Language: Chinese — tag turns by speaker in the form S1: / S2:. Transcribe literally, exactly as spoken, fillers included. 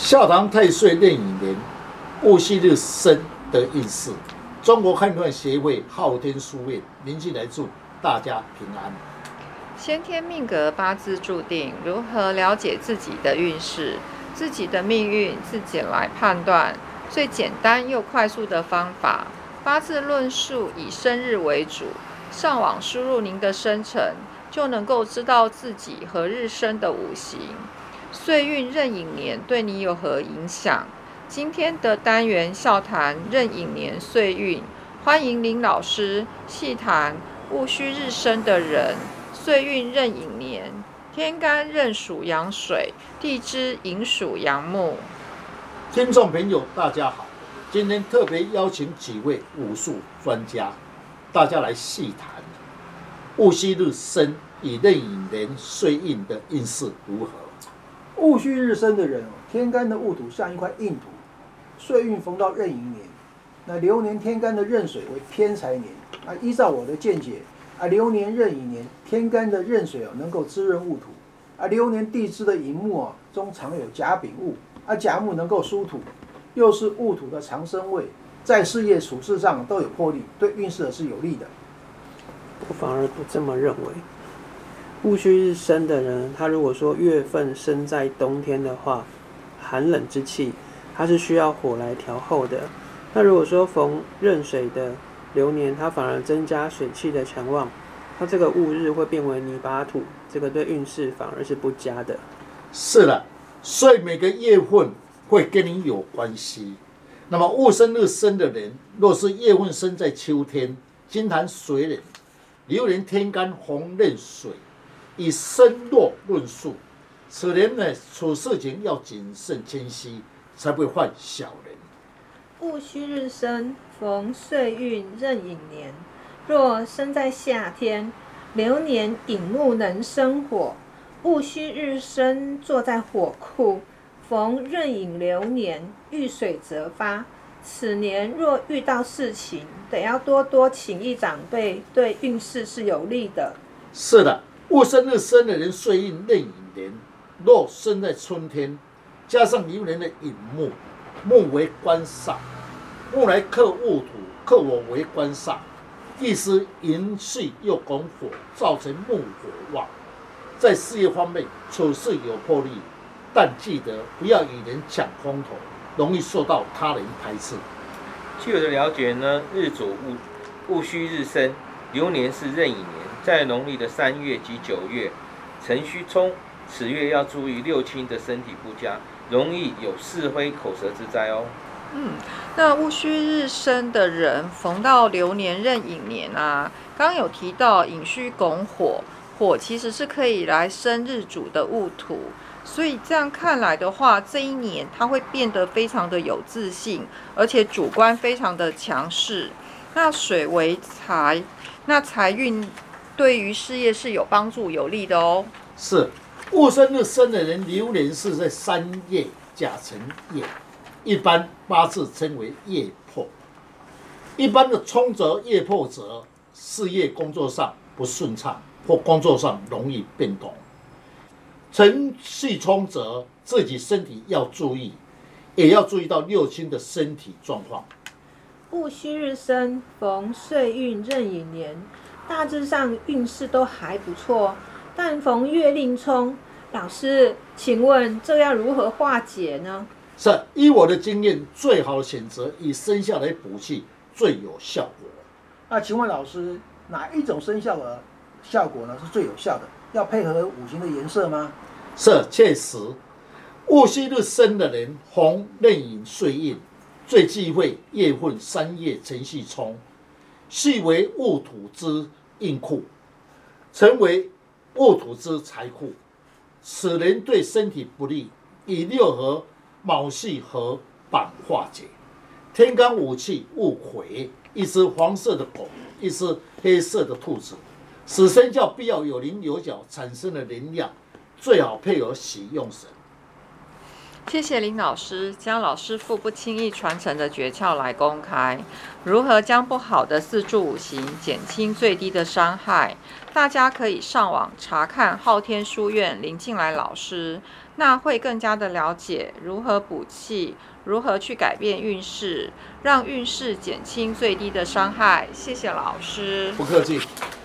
S1: 下堂太岁壬寅年戊戌日生的运势。中国汉传协会昊天书院宁静来祝大家平安。
S2: 先天命格八字注定，如何了解自己的运势、自己的命运，自己来判断。最简单又快速的方法，八字论述以生日为主，上网输入您的生辰，就能够知道自己何日生的五行。岁运壬寅年对你有何影响？今天的单元笑谈壬寅年岁运，欢迎林老师细谈戊戌日生的人。岁运壬寅年，天干壬属阳水，地支寅属阳木。
S1: 听众朋友大家好，今天特别邀请几位武术专家，大家来细谈戊戌日生与壬寅年岁运的运势如何。
S3: 戊戌日生的人，天干的戊土像一块硬土，岁运逢到壬寅年，那流年天干的壬水为偏财年。啊，依照我的见解，啊，流年壬寅年天干的壬水啊，能够滋润戊土，啊，流年地支的寅木啊，中藏有甲丙戊，啊，甲木能够疏土，又是戊土的长生位，在事业处事上都有魄力，对运势是有利的。
S4: 我反而不这么认为。戊戌日生的人，他如果说月份生在冬天的话，寒冷之气，他是需要火来调候的。那如果说逢壬水的流年，它反而增加水气的强旺，它这个戊日会变为泥巴土，这个对运势反而是不佳的。
S1: 是的，所以每个月份会跟你有关系。那么戊申日生的人，若是月份生在秋天，金寒水冷，流年天干红壬水，以身弱论述，此人呢处事情要谨慎谦虚，才不会犯小人。
S5: 戊戌日生，逢岁运壬寅年，若生在夏天，流年寅木能生火，戊戌日生坐在火库，逢壬寅流年，遇水则发。此年若遇到事情，得要多多请益长辈，对运势是有利的。
S1: 是的，戊申日生的人岁运壬寅年，若生在春天，加上流年的寅木，木为官煞，木来克戊土，克我为官煞，意思寅戌又拱火，造成木火旺。在事业方面处事有魄力，但记得不要与人抢风头，容易受到他人排斥。
S6: 据我的了解呢，日主戊戊戌日生，流年是壬寅年，在农历的三月及九月，辰戌冲，此月要注意六亲的身体不佳，容易有是非口舌之灾哦。
S2: 嗯，那戊戌日生的人逢到流年壬寅年啊，刚刚有提到寅戌拱火，火其实是可以来生日主的戊土，所以这样看来的话，这一年他会变得非常的有自信，而且主观非常的强势。那水为财，那财运对于事业是有帮助有利的哦。
S1: 是，戊申日生的人流年是在三月甲辰月，一般八字称为月破。一般的冲则月破者，事业工作上不顺畅，或工作上容易变动。辰戌冲则自己身体要注意，也要注意到六亲的身体状况。
S5: 戊戌日生，逢岁运壬寅年，大致上运势都还不错，但逢月令冲，老师，请问这要如何化解呢？
S1: 是，依我的经验，最好的选择以生肖来补气，最有效果。
S3: 那请问老师，哪一种生肖的效果呢是最有效的？要配合五行的颜色吗？
S1: 是，确实，戊戌日生的人，红壬寅岁运，最忌讳月份三月辰戌冲，戌为戊土之印库，辰为戊土之财库，此人对身体不利，以六合卯戌合绑化解。天干五气戊癸，一只黄色的狗，一只黑色的兔子，使生肖必要有棱有角，产生的能量，最好配合喜用神。
S2: 谢谢林老师将老师傅不轻易传承的诀窍来公开，如何将不好的四柱五行减轻最低的伤害？大家可以上网查看昊天书院林静来老师。 那会更加的了解如何补气，如何去改变运势，让运势减轻最低的伤害。谢谢老师。
S1: 不客气。